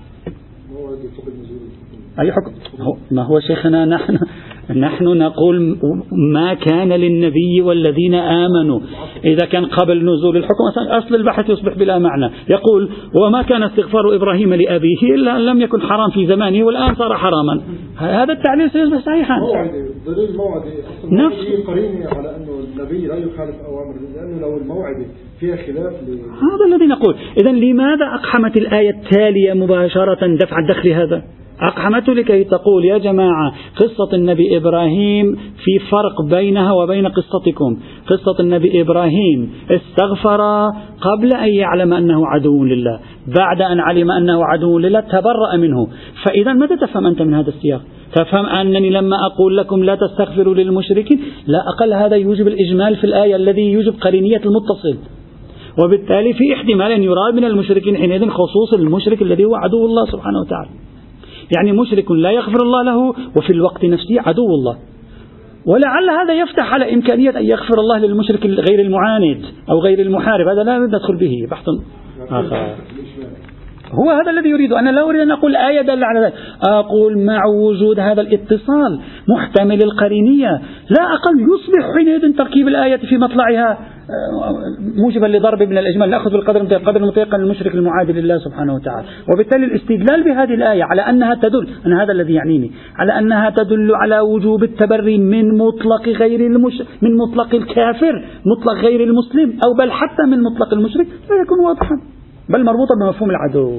أي حكم؟ ما هو شيخنا نحن نحن نقول ما كان للنبي والذين آمنوا. إذا كان قبل نزول الحكم أصل البحث يصبح بلا معنى. يقول وما كان استغفار إبراهيم لأبيه إلا أن لم يكن حرام في زمانه والآن صار حراما. هذا التعليل سيصبح صحيحا. دليل الموعد نفس قرينة على أنه النبي لا يخالف أوامر، لأنه لو الموعد فيها خلاف ل... هذا الذي نقول. إذن لماذا أقحمت الآية التالية مباشرة دفع الدخل هذا؟ أقحمته لكي تقول يا جماعة قصة النبي إبراهيم في فرق بينها وبين قصتكم. قصة النبي إبراهيم استغفر قبل أن يعلم أنه عدو لله، بعد أن علم أنه عدو لله تبرأ منه. فإذا ماذا تفهم أنت من هذا السياق؟ تفهم أنني لما أقول لكم لا تستغفروا للمشركين لا أقل هذا يوجب الإجمال في الآية الذي يوجب قرينية المتصل، وبالتالي في احتمال أن يراد من المشركين حينئذ خصوص المشرك الذي هو عدو الله سبحانه وتعالى. يعني مشرك لا يغفر الله له وفي الوقت نفسه عدو الله. ولعل هذا يفتح على إمكانية أن يغفر الله للمشرك غير المعاند أو غير المحارب. هذا لا ندخل به بحث آخر. هو هذا الذي يريد. أنا لا أريد أن أقول آية دل على ذلك، أقول مع وجود هذا الاتصال محتمل القرينية لا أقل يصبح حينئذ تركيب الآية في مطلعها موجبا لضرب من الإجمال نأخذ بالقدر القدر المتيقن المشرك المعادي لله سبحانه وتعالى. وبالتالي الاستدلال بهذه الآية على أنها تدل، أنا هذا الذي يعنيني، على أنها تدل على وجوب التبري من مطلق غير المش من مطلق الكافر، مطلق غير المسلم، أو بل حتى من مطلق المشرك، لا يكون واضحا بل مربوطا بمفهوم العدو.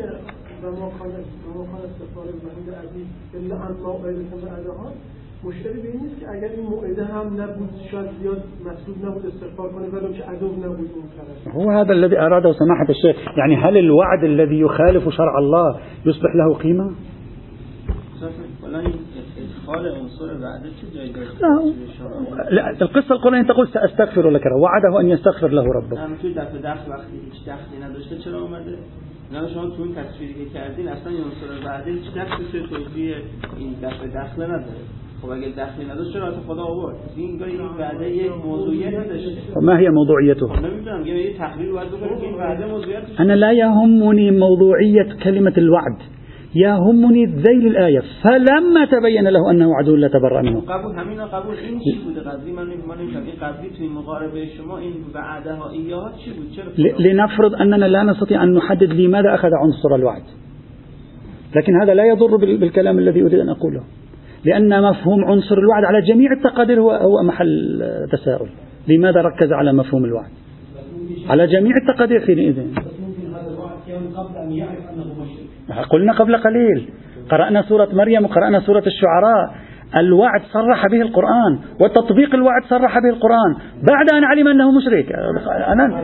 مشکلی به این نیست که اگر این موعده هم نبود شاید زیاد مسئول نبود استغفار کنه ولی چه عدو نبود اون طرف. هو هذا الذي أراده سماحة الشيخ، يعني هل الوعد الذي يخالف شرع الله يصبح له قيمة؟ لا القصة القرآنية تقول سأستغفر لك، وعده أن يستغفر له ربه. نه شما تو این تصویری که کردین اصلا عنصر وعده هیچ نقصی توضیح این دفع دخل نداره. خب اگه دخلی نداشت چرا خدا آورد؟ این گاهی این وعده یک موضوعیت نداشته. ما هي موضوعيته؟ نمیدونم یه تقریر وارد بکنم که این وعده موضوعیتش. أنا لا يهمني موضوعية كلمة الوعد، يهمني ذيل الآية فلما تبين له أنه عدو لا تبرأ منه. قبول همین قبول این چی بوده قضیه من من این قضیه توی مقاربه شما این وعده ها ایها چی بود چرا؟ لنفرض أننا لا نستطيع أن نحدد لماذا أخذ عنصر الوعد، لكن هذا لا يضر بالكلام الذي أريد أن أقوله، لأن مفهوم عنصر الوعد على جميع التقادير هو هو محل تساؤل. لماذا ركز على مفهوم الوعد على جميع التقادير حينئذ؟ قلنا قبل قليل قرأنا سورة مريم وقرأنا سورة الشعراء، الوعد صرح به القرآن وتطبيق الوعد صرح به القرآن بعد أن علم أنه مشرك. أنا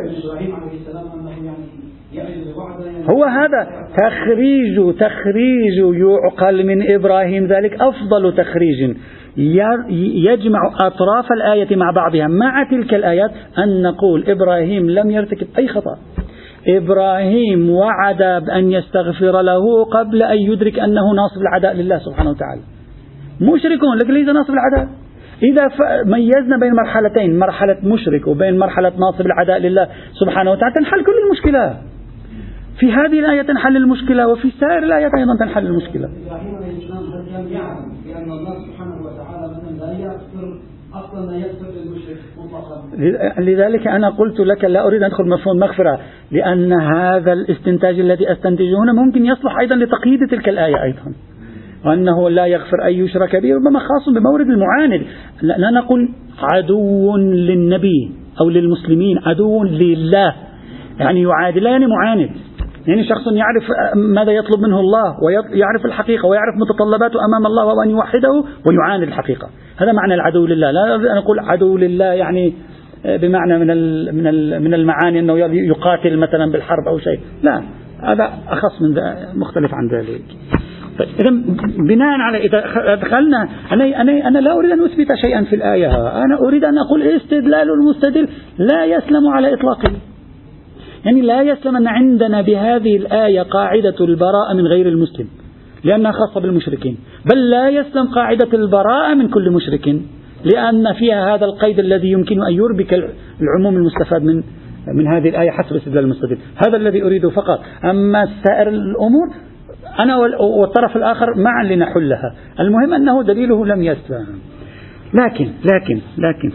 هو هذا تخريج تخريج يعقل من إبراهيم، ذلك أفضل تخريج يجمع أطراف الآية مع بعضها مع تلك الآيات، أن نقول إبراهيم لم يرتكب أي خطأ. إبراهيم وعد بأن يستغفر له قبل أن يدرك أنه ناصب العداء لله سبحانه وتعالى. مشركون لكن ليس ناصب العداء. إذا ميزنا بين مرحلتين، مرحلة مشرك وبين مرحلة ناصب العداء لله سبحانه وتعالى، تنحل كل المشكلة. في هذه الآية تنحل المشكلة وفي سائر الآيات أيضا تنحل المشكلة. إبراهيم عليه السلام هل يعلم بأن الله سبحانه وتعالى مثلا لا يغفر أصلا لا يغفر للمشرك مطلقا؟ لذلك أنا قلت لك لا أريد أن أدخل مفهوم مغفرة، لأن هذا الاستنتاج الذي أستنتجه هنا ممكن يصلح أيضا لتقييد تلك الآية أيضا، وأنه لا يغفر أي يشرك به، ربما خاص بمورد المعاند. لا نقول عدو للنبي أو للمسلمين، عدو لله، يعني يعادي لا يعني معاند، يعني شخص يعرف ماذا يطلب منه الله ويعرف الحقيقة ويعرف متطلباته أمام الله وأن يوحده ويعاند الحقيقة. هذا معنى العدو لله. لا نقول عدو لله يعني بمعنى من من من المعاني أنه يقاتل مثلا بالحرب أو شيء، لا، هذا أخص من مختلف عن ذلك. إذا بناء على إذا دخلنا أنا أنا أنا لا أريد أن أثبت شيئا في الآية، أنا أريد أن أقول استدلال المستدل لا يسلم على إطلاقه، يعني لا يسلم أن عندنا بهذه الآية قاعدة البراءة من غير المسلم لأنها خاصة بالمشركين، بل لا يسلم قاعدة البراءة من كل مشرك لأن فيها هذا القيد الذي يمكن أن يربك العموم المستفاد من من هذه الآية حسب استدلال المستدل. هذا الذي أريده فقط. أما سائر الأمور أنا والطرف الآخر معا لنحلها، المهم أنه دليله لم يسلم. لكن لكن لكن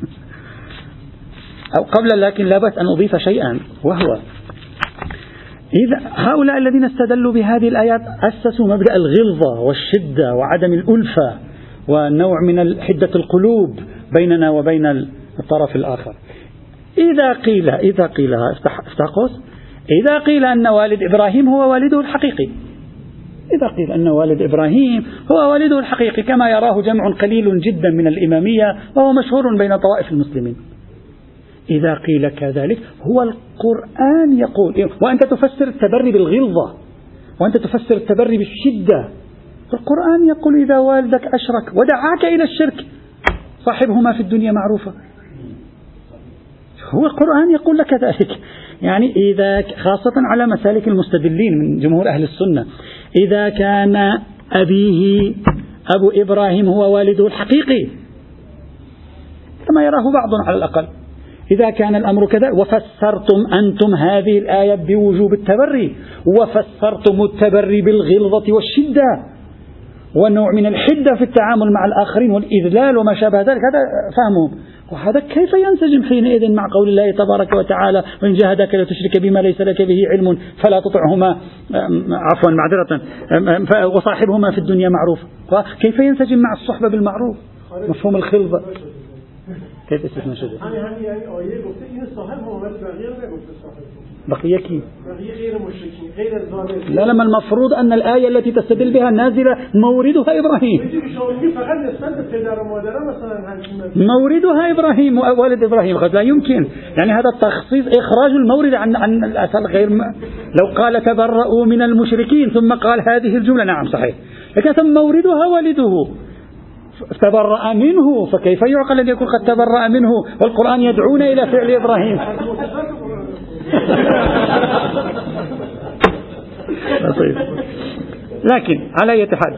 أو قبل لكن لا بأس أن أضيف شيئا، وهو إذا هؤلاء الذين استدلوا بهذه الآيات أسسوا مبدأ الغلظة والشدة وعدم الألفة ونوع من حدة القلوب بيننا وبين الطرف الآخر. إذا قيل إذا قيل افتح افتح قوس إذا قيل أن والد إبراهيم هو والده الحقيقي، إذا قيل أن والد إبراهيم هو والده الحقيقي كما يراه جمع قليل جدا من الإمامية وهو مشهور بين طوائف المسلمين، إذا قيل كذلك هو القرآن يقول، وأنت تفسر التبري بالغلظة وأنت تفسر التبري بالشدة، القرآن يقول إذا والدك أشرك ودعاك إلى الشرك صاحبهما في الدنيا معروفة، هو القرآن يقول لك ذلك. يعني إذا خاصة على مسالك المستدلين من جمهور أهل السنة، إذا كان أبيه أبو إبراهيم هو والده الحقيقي كما يراه بعض على الأقل، إذا كان الأمر كذا وفسرتم أنتم هذه الآية بوجوب التبري وفسرتم التبري بالغلظة والشدة ونوع من الحدة في التعامل مع الآخرين والإذلال وما شابه ذلك، هذا فهمهم. وهذا كيف ينسجم حينئذ مع قول الله تبارك وتعالى وإن جاهداك لتشرك بما ليس لك به علم فلا تطعهما، عفوا معذرة، وصاحبهما في الدنيا معروف. كيف ينسجم مع الصحبة بالمعروف؟ مفهوم الخلطة كيف استثناء شجر؟ بقية كيف؟ لا لما المفروض أن الآية التي تستدل بها نازلة موردها إبراهيم، موردها إبراهيم والد إبراهيم، قد لا يمكن يعني هذا التخصيص إخراج المورد عن عن الأصل غير م... لو قال تبرؤوا من المشركين ثم قال هذه الجملة نعم صحيح، لكن موردها والده تبرأ منه، فكيف يعقل أن يكون قد تبرأ منه والقرآن يدعونا إلى فعل إبراهيم؟ طيب. لكن على أي حال،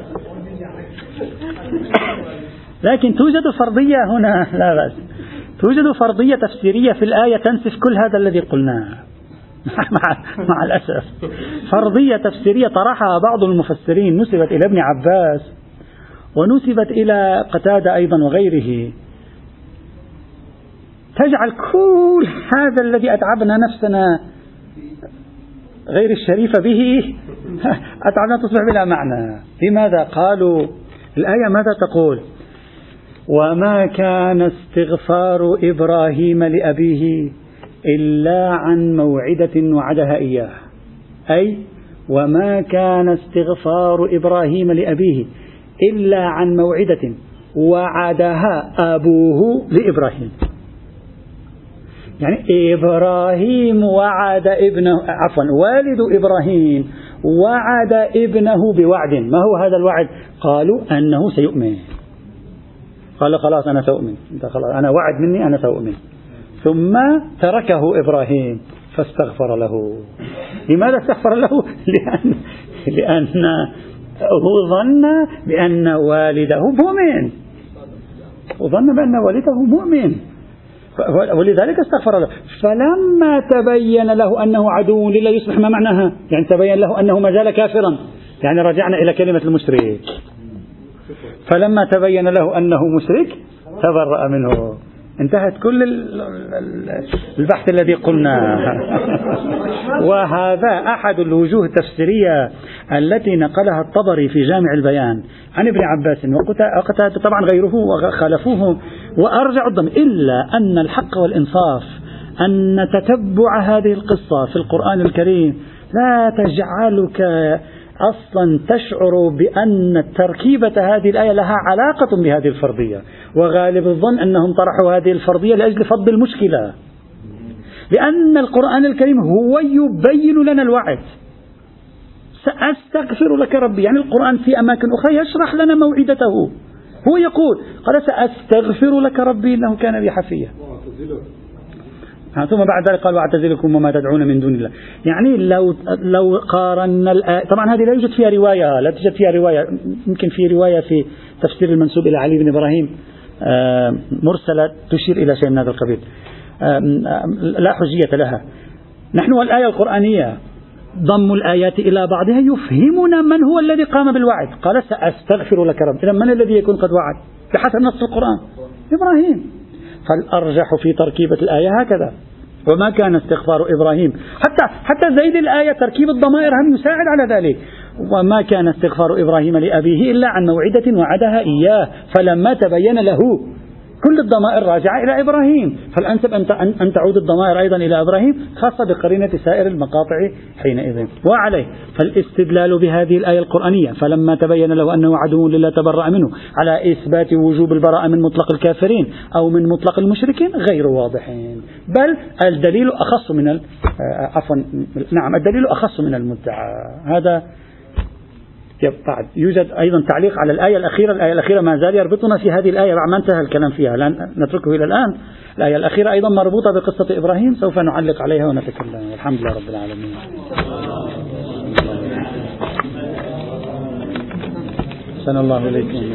لكن توجد فرضية هنا، لا بأس، توجد فرضية تفسيرية في الآية تنسف كل هذا الذي قلناه مع, مع الأسف. فرضية تفسيرية طرحها بعض المفسرين نسبت إلى ابن عباس ونسبت إلى قتادة أيضا وغيره، تجعل كل هذا الذي أتعبنا نفسنا غير الشريفة به أتعبنا تصبح بلا معنى. لماذا؟ قالوا الآية ماذا تقول؟ وما كان استغفار إبراهيم لأبيه إلا عن موعدة وعدها إياه، أي وما كان استغفار إبراهيم لأبيه إلا عن موعدة وعدها أبوه لإبراهيم. يعني إبراهيم وعد ابنه، عفوا والد إبراهيم وعد ابنه بوعد، ما هو هذا الوعد؟ قالوا أنه سيؤمن، قال خلاص أنا سأؤمن، خلاص أنا وعد مني أنا سأؤمن، ثم تركه إبراهيم فاستغفر له. لماذا استغفر له؟ لأن لأنه ظن بأن والده مؤمن، وظن بأن والده مؤمن ولذلك استغفر له. فلما تبين له أنه عدو لله يصبح ما معناها؟ يعني تبين له أنه ما زال كافرا، يعني رجعنا إلى كلمة المشرك. فلما تبين له أنه مشرك تبرأ منه، انتهت كل البحث الذي قلنا. وهذا أحد الوجوه التفسيرية التي نقلها الطبري في جامع البيان عن ابن عباس وقتادة، طبعا غيره وخالفوه وأرجع الضم، إلا أن الحق والإنصاف أن تتبع هذه القصة في القرآن الكريم لا تجعلك أصلا تشعر بأن تركيبة هذه الآية لها علاقة بهذه الفرضية، وغالب الظن أنهم طرحوا هذه الفرضية لأجل فض المشكلة، لأن القرآن الكريم هو يبين لنا الوعد، سأستغفر لك ربي، يعني القرآن في أماكن أخرى يشرح لنا موعدته، هو يقول قال سأستغفر لك ربي إنه كان بي حفيا، ثم بعد ذلك قال واعتزلكم وما تدعون من دون الله. يعني لو لو قارنا الآية، طبعا هذه لا يوجد فيها رواية، لا توجد فيها رواية، يمكن في رواية في تفسير المنسوب إلى علي بن إبراهيم مرسلة تشير إلى شيء من هذا القبيل، لا حجية لها. نحن والآية القرآنية ضم الآيات إلى بعضها يفهمنا من هو الذي قام بالوعد، قال سأستغفر لك رب، إذا من الذي يكون قد وعد بحسب نص القرآن؟ إبراهيم. فالأرجح في تركيبة الآية هكذا، وما كان استغفار إبراهيم، حتى حتى زيد الآية تركيب الضمائر هم يساعد على ذلك، وما كان استغفار إبراهيم لأبيه إلا عن موعدة وعدها إياه فلما تبين له، كل الضمائر راجعة إلى إبراهيم، فالأنسب أن تعود الضمائر أيضا إلى إبراهيم خاصة بقرينة سائر المقاطع حينئذ. وعليه فالاستدلال بهذه الآية القرآنية فلما تبين له أنه عدو لله تبرأ منه على إثبات وجوب البراءة من مطلق الكافرين أو من مطلق المشركين غير واضحين، بل الدليل أخص من ال... عفوا نعم الدليل أخص من المدعى. هذا بعد يوجد أيضا تعليق على الآية الأخيرة، الآية الأخيرة ما زال يربطنا في هذه الآية بعد ما انتهى الكلام فيها، لن نتركه إلى الآن. الآية الأخيرة أيضا مربوطة بقصة إبراهيم، سوف نعلق عليها ونتكلم. والحمد لله رب العالمين. صلى الله عليه وسلم.